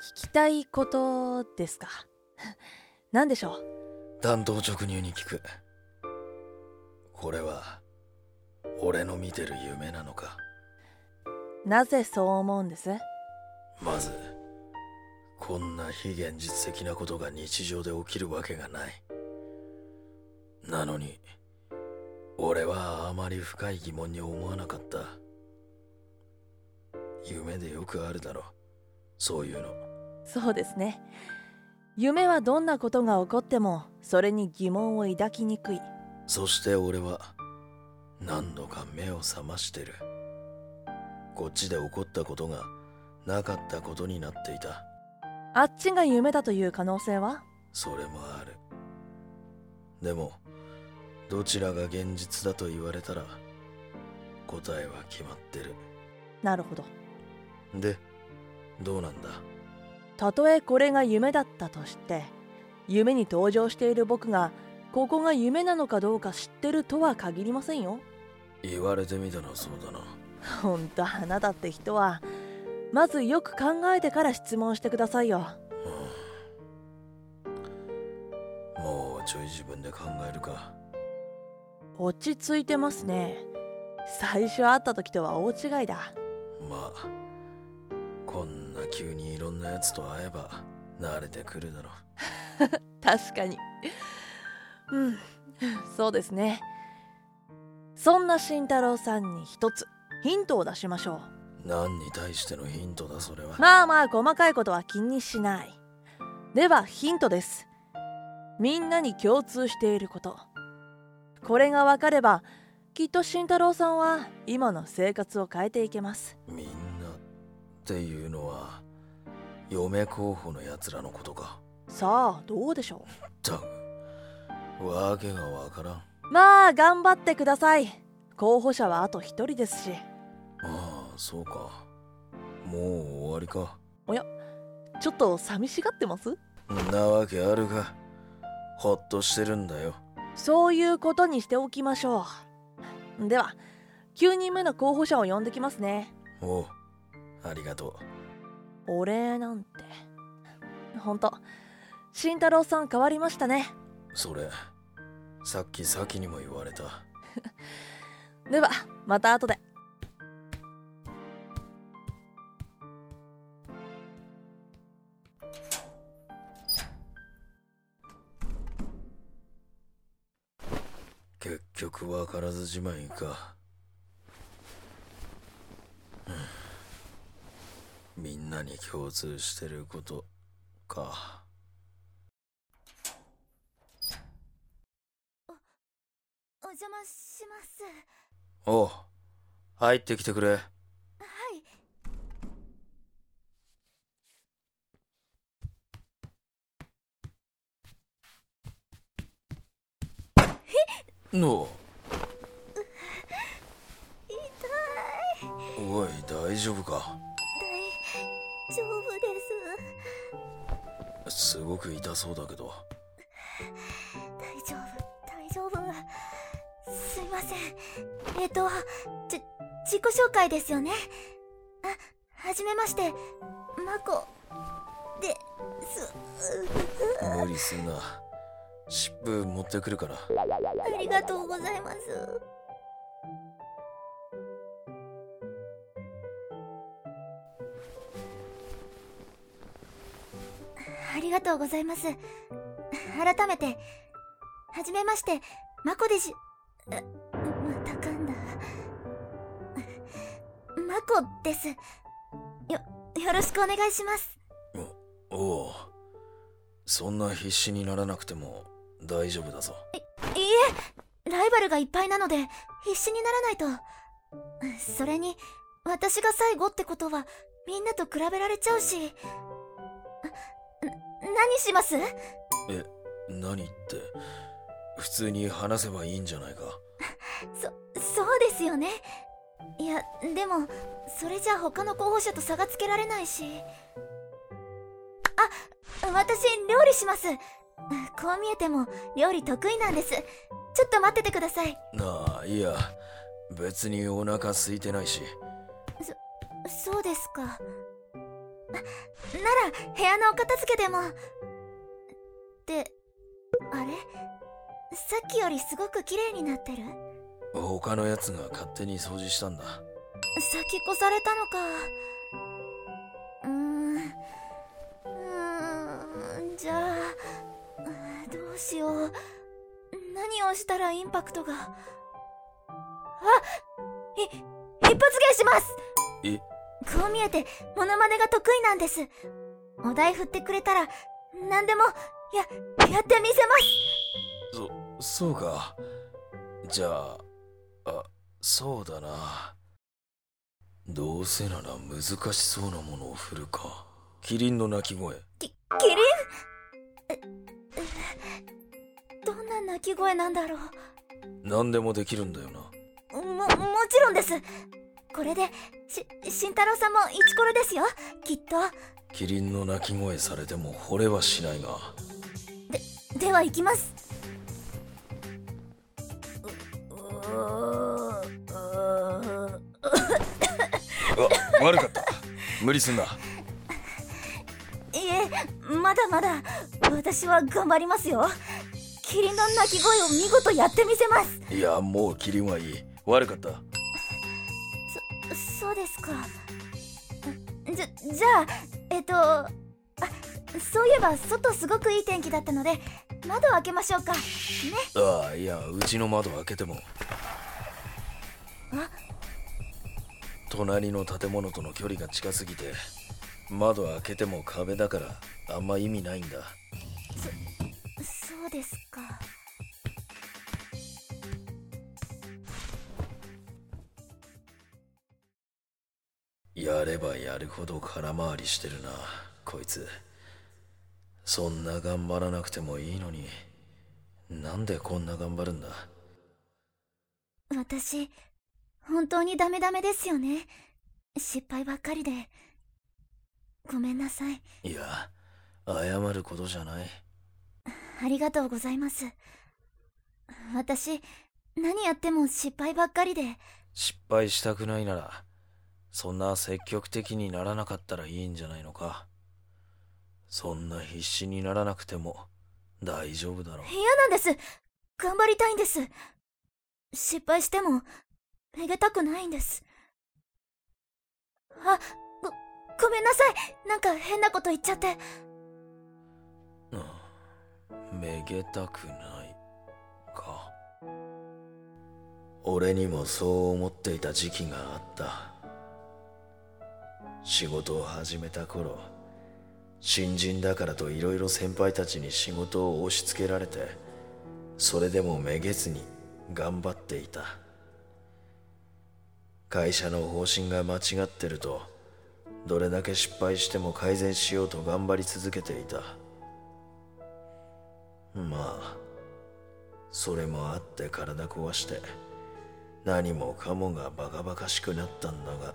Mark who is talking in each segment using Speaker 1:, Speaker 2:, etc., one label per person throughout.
Speaker 1: 聞きたいことですか？何でしょう？
Speaker 2: 単刀直入に聞く。これは俺の見てる夢なのか？
Speaker 1: なぜそう思うんです？
Speaker 2: まずこんな非現実的なことが日常で起きるわけがない。なのに俺はあまり深い疑問に思わなかった。夢でよくあるだろ、そういうの。
Speaker 1: そうですね。夢はどんなことが起こってもそれに疑問を抱きにくい。
Speaker 2: そして俺は何度か目を覚ましてる。こっちで起こったことがなかったことになっていた。
Speaker 1: あっちが夢だという可能性は？
Speaker 2: それもある。でもどちらが現実だと言われたら答えは決まってる。
Speaker 1: なるほど。
Speaker 2: で、どうなんだ？
Speaker 1: たとえこれが夢だったとして、夢に登場している僕がここが夢なのかどうか知ってるとは限りませんよ。
Speaker 2: 言われてみたらそうだな。
Speaker 1: ほんとあなたって人はまずよく考えてから質問してくださいよ。
Speaker 2: もうちょい自分で考えるか。
Speaker 1: 落ち着いてますね。最初会った時とは大違いだ。
Speaker 2: まあこんな急にいろんなやつと会えば慣れてくるだろ。
Speaker 1: 確かに。そうですね。そんな慎太郎さんに一つヒントを出しましょ
Speaker 2: う。何に対してのヒントだそれは。
Speaker 1: まあ細かいことは気にしない。ではヒントです。みんなに共通していること。これが分かればきっと慎太郎さんは今の生活を変えていけます。
Speaker 2: みんなっていうのは嫁候補のやつらのことか。
Speaker 1: さあどうでしょ
Speaker 2: う。わけがわからん。
Speaker 1: まあ頑張ってください。候補者はあと一人ですし。
Speaker 2: ああそうか。もう終わりか。
Speaker 1: おや、ちょっと寂しがってます？
Speaker 2: なわけあるが、ほっとしてるんだよ。
Speaker 1: そういうことにしておきましょう。では9人目の候補者を呼んできますね。
Speaker 2: おう、ありがと
Speaker 1: う。お礼なんてほんと慎太郎さん変わりましたね。
Speaker 2: それさっき先にも言われた。
Speaker 1: ではまた後で。
Speaker 2: 結局分からずじまいか。みんなに共通してることか。
Speaker 3: お邪魔します。
Speaker 2: おう、入ってきてくれ。
Speaker 3: はい。
Speaker 2: の
Speaker 3: 痛い。
Speaker 2: おい、大丈夫か？
Speaker 3: 大丈夫です。
Speaker 2: すごく痛そうだけど。
Speaker 3: 大丈夫。すいません。自己紹介ですよね。はじめまして、マコです。
Speaker 2: 無理すんな。湿布持ってくるから。
Speaker 3: ありがとうございます。ありがとうございます。改めて、はじめまして、マコでし、また噛んだ。マコです。よろしくお願いします。
Speaker 2: おう、そんな必死にならなくても大丈夫だぞ。
Speaker 3: いいえ、ライバルがいっぱいなので必死にならないと。それに私が最後ってことはみんなと比べられちゃうし。何します？
Speaker 2: 何って普通に話せばいいんじゃないか。
Speaker 3: そうですよね。いやでもそれじゃ他の候補者と差がつけられないし。私料理します。こう見えても料理得意なんです。ちょっと待っててください。
Speaker 2: いや別にお腹空いてないし。
Speaker 3: そうですか。 なら部屋のお片付けでも。ってあれ、さっきよりすごく綺麗になってる？
Speaker 2: 他のやつが勝手に掃除したんだ。
Speaker 3: 先越されたのか。じゃあどうしよう。何をしたらインパクトが。一発芸します。こう見えてモノマネが得意なんです。お題振ってくれたら何でもやってみせます。
Speaker 2: そうか。じゃあ、そうだな。どうせなら難しそうなものを振るか。キリンの鳴き声。
Speaker 3: キリン？どんな鳴き声なんだろう。
Speaker 2: 何でもできるんだよな。
Speaker 3: もちろんです。これで慎太郎さんもイチコロですよ、きっと。
Speaker 2: キリンの鳴き声されても惚れはしないが。
Speaker 3: では行きます。
Speaker 2: 悪かった。無理すんな。
Speaker 3: いえ、まだまだ私は頑張りますよ。キリンの鳴き声を見事やってみせます。
Speaker 2: いや、もうキリンはいい。悪かった。
Speaker 3: そうですか。じゃあそういえば外すごくいい天気だったので窓を開けましょうかね。
Speaker 2: いや、うちの窓開けても。隣の建物との距離が近すぎて窓開けても壁だからあんま意味ないんだ。
Speaker 3: そうですか。
Speaker 2: やればやるほど空回りしてるな、こいつ。そんな頑張らなくてもいいのに、なんでこんな頑張るんだ。
Speaker 3: 私本当にダメですよね。失敗ばっかりでごめんなさい。
Speaker 2: いや、謝ることじゃない。
Speaker 3: ありがとうございます。私何やっても失敗ばっかりで。
Speaker 2: 失敗したくないならそんな積極的にならなかったらいいんじゃないのか。そんな必死にならなくても大丈夫だろう。
Speaker 3: 嫌なんです。頑張りたいんです。失敗してもめげたくないんです。ごめんなさい。なんか変なこと言っちゃって。
Speaker 2: めげたくないか。俺にもそう思っていた時期があった。仕事を始めた頃、新人だからといろいろ先輩たちに仕事を押し付けられて、それでもめげずに頑張っていた。会社の方針が間違ってるとどれだけ失敗しても改善しようと頑張り続けていた。まあそれもあって体壊して何もかもがバカバカしくなったんだが。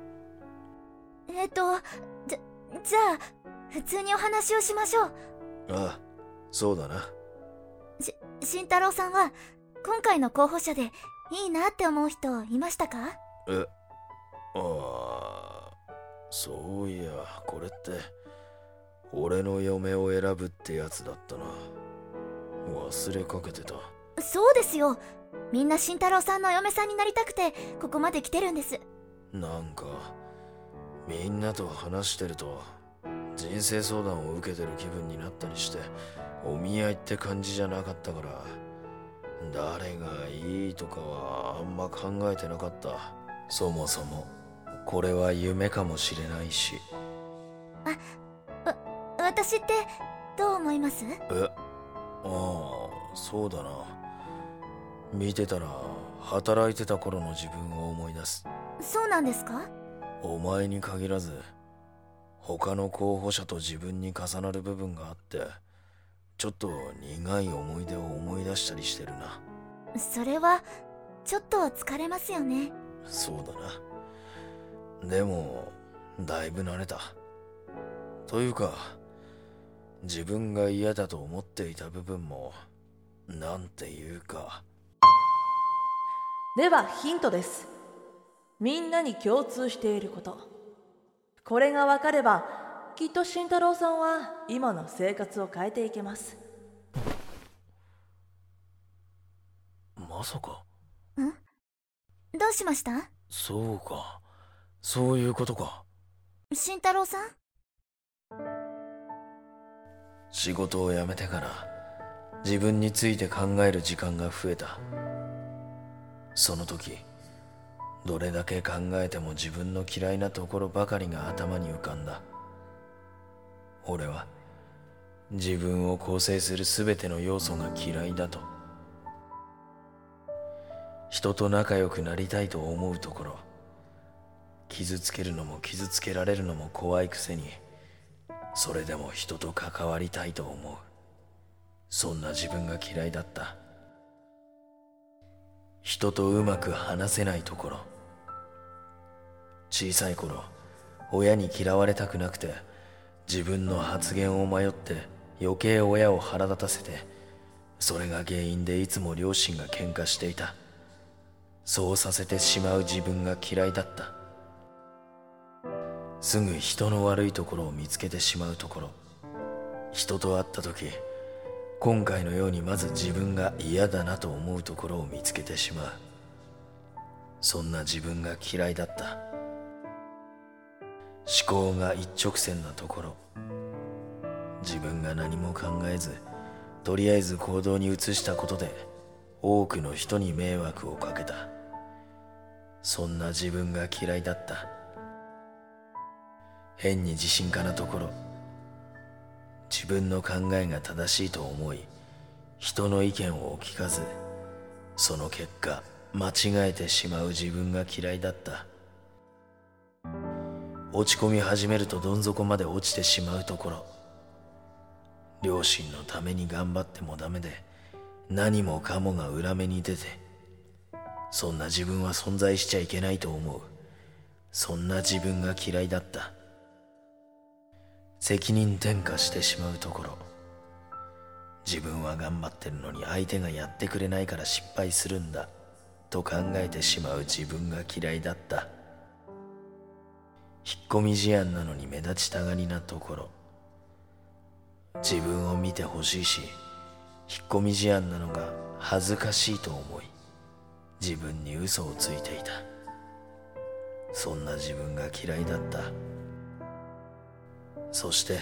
Speaker 3: じゃあ普通にお話をしましょう。
Speaker 2: ああ、そうだな。
Speaker 3: 慎太郎さんは今回の候補者でいいなって思う人いましたか？
Speaker 2: そういや、これって俺の嫁を選ぶってやつだったな。忘れかけてた。
Speaker 3: そうですよ。みんな慎太郎さんの嫁さんになりたくてここまで来てるんです。
Speaker 2: なんかみんなと話してると人生相談を受けてる気分になったりして、お見合いって感じじゃなかったから、誰がいいとかはあんま考えてなかった。そもそもこれは夢かもしれないし。
Speaker 3: 私ってどう思います？
Speaker 2: そうだな。見てたら働いてた頃の自分を思い出す。
Speaker 3: そうなんですか？
Speaker 2: お前に限らず他の候補者と自分に重なる部分があって、ちょっと苦い思い出を思い出したりしてるな。
Speaker 3: それはちょっと疲れますよね。
Speaker 2: そうだな。でもだいぶ慣れた。というか自分が嫌だと思っていた部分もなんていうか。
Speaker 1: ではヒントです。みんなに共通していること。 これが分かればきっと慎太郎さんは今の生活を変えていけます。
Speaker 2: まさか。
Speaker 3: どうしました？
Speaker 2: そうか、そういうことか。
Speaker 3: 慎太郎さん？
Speaker 2: 仕事を辞めてから自分について考える時間が増えた。その時どれだけ考えても自分の嫌いなところばかりが頭に浮かんだ。俺は自分を構成する全ての要素が嫌いだと。人と仲良くなりたいと思うところ、傷つけるのも傷つけられるのも怖いくせに、それでも人と関わりたいと思う。そんな自分が嫌いだった。人とうまく話せないところ。小さい頃、親に嫌われたくなくて、自分の発言を迷って余計親を腹立たせて、それが原因でいつも両親が喧嘩していた。そうさせてしまう自分が嫌いだった。すぐ人の悪いところを見つけてしまうところ。人と会った時、今回のようにまず自分が嫌だなと思うところを見つけてしまう。そんな自分が嫌いだった。思考が一直線なところ。自分が何も考えず、とりあえず行動に移したことで多くの人に迷惑をかけた。そんな自分が嫌いだった。変に自信家なところ。自分の考えが正しいと思い、人の意見を聞かず、その結果間違えてしまう自分が嫌いだった。落ち込み始めるとどん底まで落ちてしまうところ。両親のために頑張ってもダメで、何もかもが裏目に出て、そんな自分は存在しちゃいけないと思う。そんな自分が嫌いだった。責任転嫁してしまうところ。自分は頑張ってるのに相手がやってくれないから失敗するんだと考えてしまう自分が嫌いだった。引っ込み思案なのに目立ちたがりなところ。自分を見てほしいし、引っ込み思案なのが恥ずかしいと思い、自分に嘘をついていた。そんな自分が嫌いだった。そして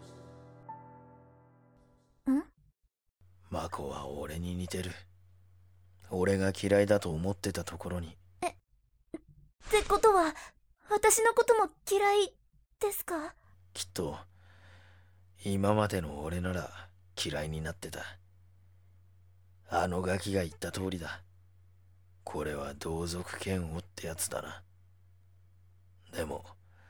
Speaker 2: マコは俺に似てる。俺が嫌いだと思ってたところに。
Speaker 3: ってことは私のことも嫌いですか？
Speaker 2: きっと今までの俺なら嫌いになってた。あのガキが言った通りだ。これは同族嫌悪ってやつだな。でも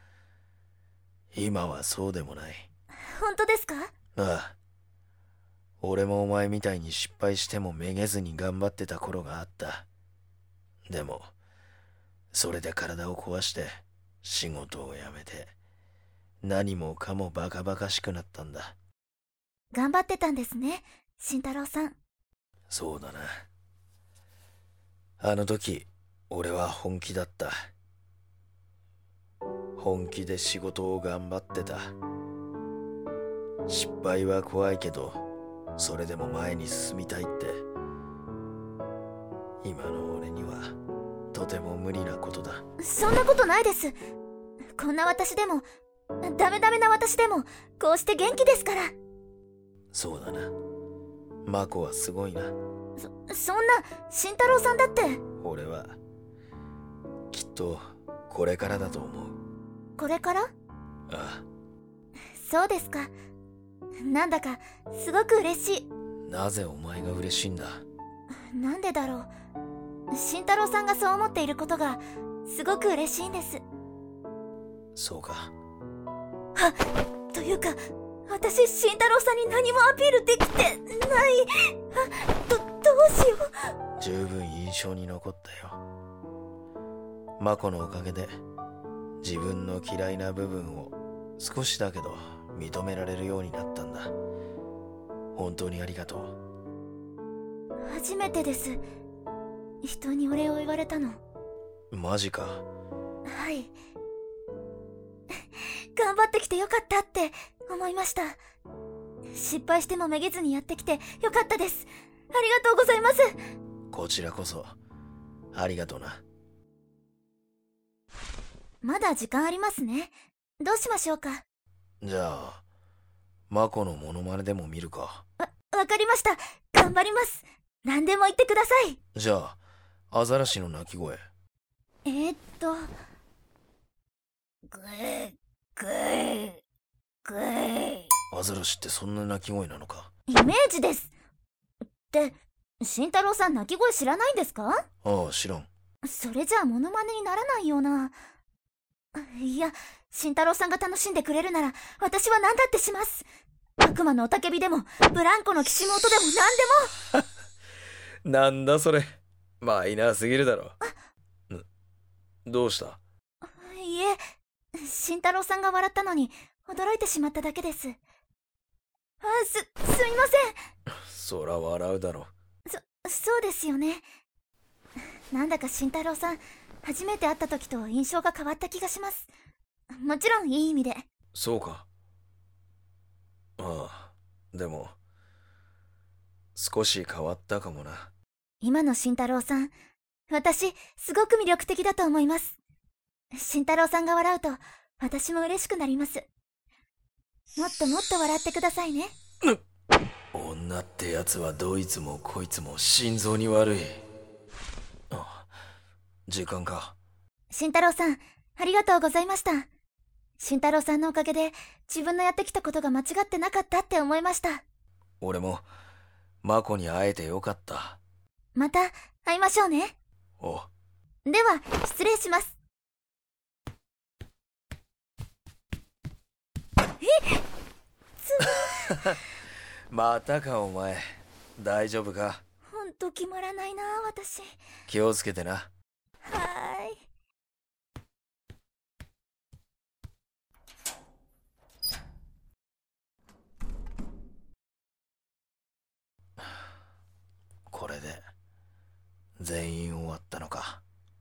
Speaker 2: 今はそうでもない。
Speaker 3: 本当ですか？
Speaker 2: ああ。俺もお前みたいに失敗してもめげずに頑張ってた頃があった。でもそれで体を壊して仕事を辞めて、何もかもバカバカしくなったんだ。
Speaker 3: 頑張ってたんですね、慎太郎さん。
Speaker 2: そうだな。あの時俺は本気だった。本気で仕事を頑張ってた。失敗は怖いけど、それでも前に進みたいって、今の俺にはとても無理なことだ。
Speaker 3: そんなことないです。こんな私でも、ダメな私でもこうして元気ですから。
Speaker 2: そうだな。マコはすごいな。
Speaker 3: そんな慎太郎さんだって。
Speaker 2: 俺はきっとこれからだと思う。
Speaker 3: これから？
Speaker 2: ああ。
Speaker 3: そうですか。なんだかすごく嬉しい。
Speaker 2: なぜお前が嬉しいんだ？
Speaker 3: なんでだろう。慎太郎さんがそう思っていることがすごく嬉しいんです。
Speaker 2: そうか。
Speaker 3: というか私慎太郎さんに何もアピールできてない。どうしよ
Speaker 2: う。十分印象に残ったよ。マコのおかげで自分の嫌いな部分を少しだけど認められるようになったんだ。本当にありがと
Speaker 3: う。初めてです。人にお礼を言われたの。
Speaker 2: マジか。
Speaker 3: はい。 張ってきてよかったって思いました。失敗してもめげずにやってきてよかったです。ありがとうございます。
Speaker 2: こちらこそありがとうな。
Speaker 3: まだ時間ありますね。どうしましょうか。
Speaker 2: じゃあマコのモノマネでも見るか。
Speaker 3: わかりました。頑張ります。何でも言ってください。
Speaker 2: じゃあアザラシの鳴き声。
Speaker 3: グーグーグー。
Speaker 2: アザラシってそんな鳴き声なのか。
Speaker 3: イメージです。って慎太郎さん鳴き声知らないんですか？
Speaker 2: ああ、知らん。
Speaker 3: それじゃあモノマネにならないよな。いや、慎太郎さんが楽しんでくれるなら私は何だってします。悪魔の雄たけびでもブランコのきしむ音でも何で
Speaker 2: もなんだそれ、マイナーすぎるだろ。どうした？
Speaker 3: いえ、慎太郎さんが笑ったのに驚いてしまっただけです。すいません。
Speaker 2: そら笑うだろ。
Speaker 3: そうですよね。なんだか慎太郎さん初めて会った時と印象が変わった気がします。もちろんいい意味で。
Speaker 2: そうか。ああ、でも少し変わったかもな。
Speaker 3: 今の慎太郎さん、私すごく魅力的だと思います。慎太郎さんが笑うと私も嬉しくなります。もっともっと笑ってくださいね。
Speaker 2: 女ってやつはどいつもこいつも心臓に悪い。時間か。
Speaker 3: 慎太郎さん、ありがとうございました。慎太郎さんのおかげで自分のやってきたことが間違ってなかったって思いました。
Speaker 2: 俺もマコに会えてよかった。
Speaker 3: また会いましょうね。
Speaker 2: お。
Speaker 3: では失礼します。
Speaker 2: またかお前、大丈夫か？
Speaker 3: ほんと決まらないな私。
Speaker 2: 気をつけてな。
Speaker 3: はーい。
Speaker 2: これで全員終わったのか。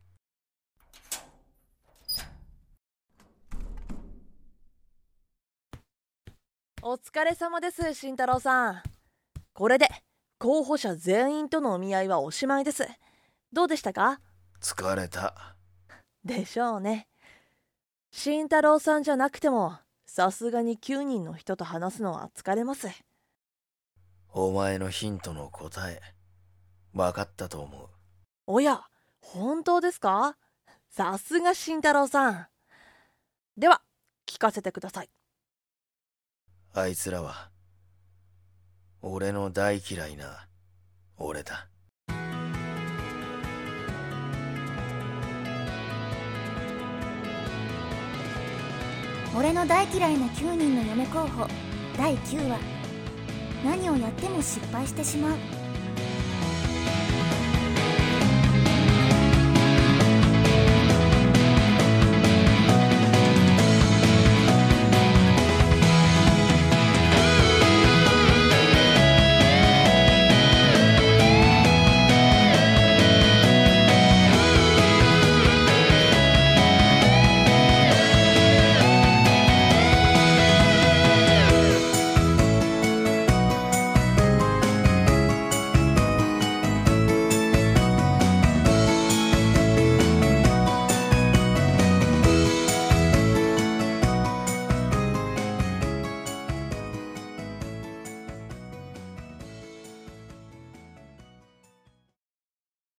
Speaker 1: お疲れ様です、慎太郎さん。これで候補者全員とのお見合いはおしまいです。どうでしたか？
Speaker 2: 疲れた。
Speaker 1: でしょうね。慎太郎さんじゃなくてもさすがに9人の人と話すのは疲れます。
Speaker 2: お前のヒントの答え分かったと思う。
Speaker 1: おや、本当ですか？さすが慎太郎さん。では聞かせてください。
Speaker 2: あいつらは俺の大嫌いな俺だ。
Speaker 3: 俺の大嫌いな9人の嫁候補第9話、何をやっても失敗してしまう。